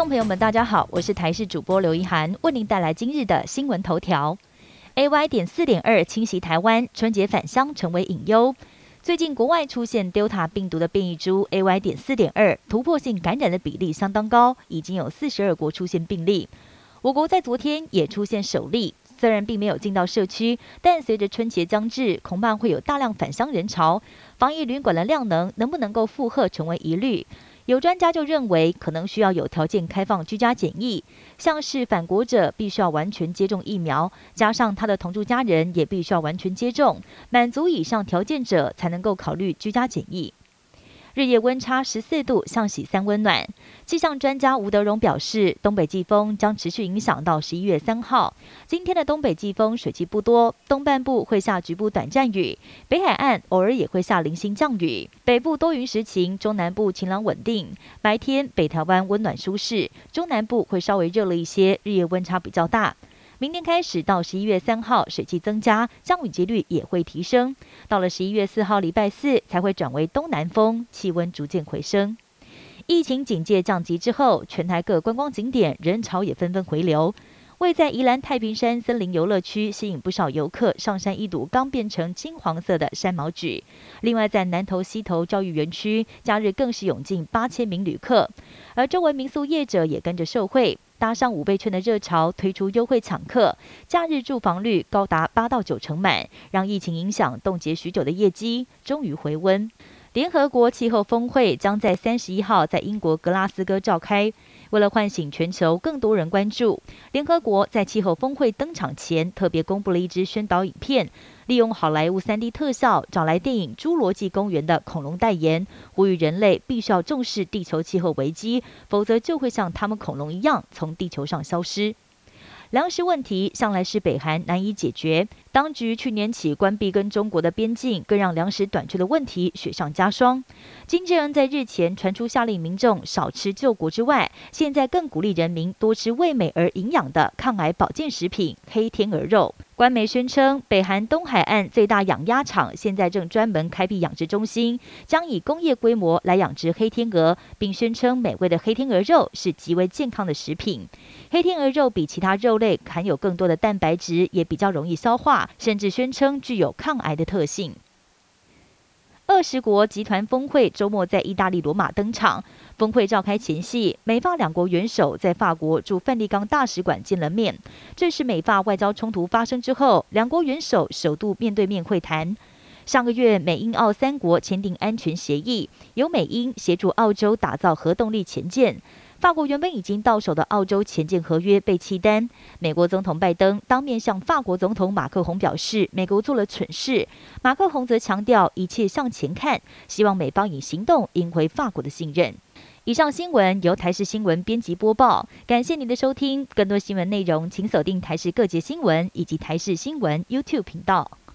众朋友们，大家好，我是台视主播刘一涵，为您带来今日的新闻头条。AY.4.2 侵袭台湾，春节返乡成为隐忧。最近国外出现 Delta 病毒的变异株 AY.4.2，突破性感染的比例相当高，已经有42国出现病例。我国在昨天也出现首例，虽然并没有进到社区，但随着春节将至，恐怕会有大量返乡人潮，防疫旅馆的量能不能够负荷成为疑虑。有专家就认为，可能需要有条件开放居家检疫，像是返国者必须要完全接种疫苗，加上他的同住家人也必须要完全接种，满足以上条件者才能够考虑居家检疫。日夜温差14度，像喜三温暖。气象专家吴德荣表示，东北季风将持续影响到11月3号。今天的东北季风水气不多，东半部会下局部短暂雨，北海岸偶尔也会下零星降雨。北部多云时晴，中南部晴朗稳定。白天北台湾温暖舒适，中南部会稍微热了一些，日夜温差比较大。明天开始到11月3号，水汽增加，降雨几率也会提升。到了11月4号礼拜四才会转为东南风，气温逐渐回升。疫情警戒降级之后，全台各观光景点人潮也纷纷回流。位在宜兰太平山森林游乐区，吸引不少游客上山一睹刚变成金黄色的山毛榉。另外，在南投溪头教育园区，假日更是涌进8000名旅客，而周围民宿业者也跟着受惠，搭上5倍券的热潮，推出优惠抢客，假日住房率高达8到9成满，让疫情影响冻结许久的业绩终于回温。联合国气候峰会将在31号在英国格拉斯哥召开。为了唤醒全球更多人关注，联合国在气候峰会登场前特别公布了一支宣导影片，利用好莱坞3D 特效找来电影《侏罗纪公园》的恐龙代言，呼吁人类必须要重视地球气候危机，否则就会像他们恐龙一样从地球上消失。粮食问题向来是北韩难以解决，当局去年起关闭跟中国的边境，更让粮食短缺的问题雪上加霜。经纪人在日前传出下令民众少吃救国之外，现在更鼓励人民多吃味美而营养的抗癌保健食品黑天鹅肉。官媒宣称，北韩东海岸最大养鸭场现在正专门开辟养殖中心，将以工业规模来养殖黑天鹅，并宣称美味的黑天鹅肉是极为健康的食品。黑天鹅肉比其他肉类含有更多的蛋白质，也比较容易消化，甚至宣称具有抗癌的特性。20国集团峰会周末在意大利罗马登场。峰会召开前夕，美法2国元首在法国驻梵蒂冈大使馆见了面。这是美法外交冲突发生之后，2国元首首度面对面会谈。上个月，美英澳3国签订安全协议，由美英协助澳洲打造核动力潜舰。法国原本已经到手的澳洲潜舰合约被弃单，美国总统拜登当面向法国总统马克宏表示，美国做了蠢事。马克宏则强调一切向前看，希望美方以行动赢回法国的信任。以上新闻由台视新闻编辑播报，感谢您的收听。更多新闻内容，请锁定台视各节新闻以及台视新闻 YouTube 频道。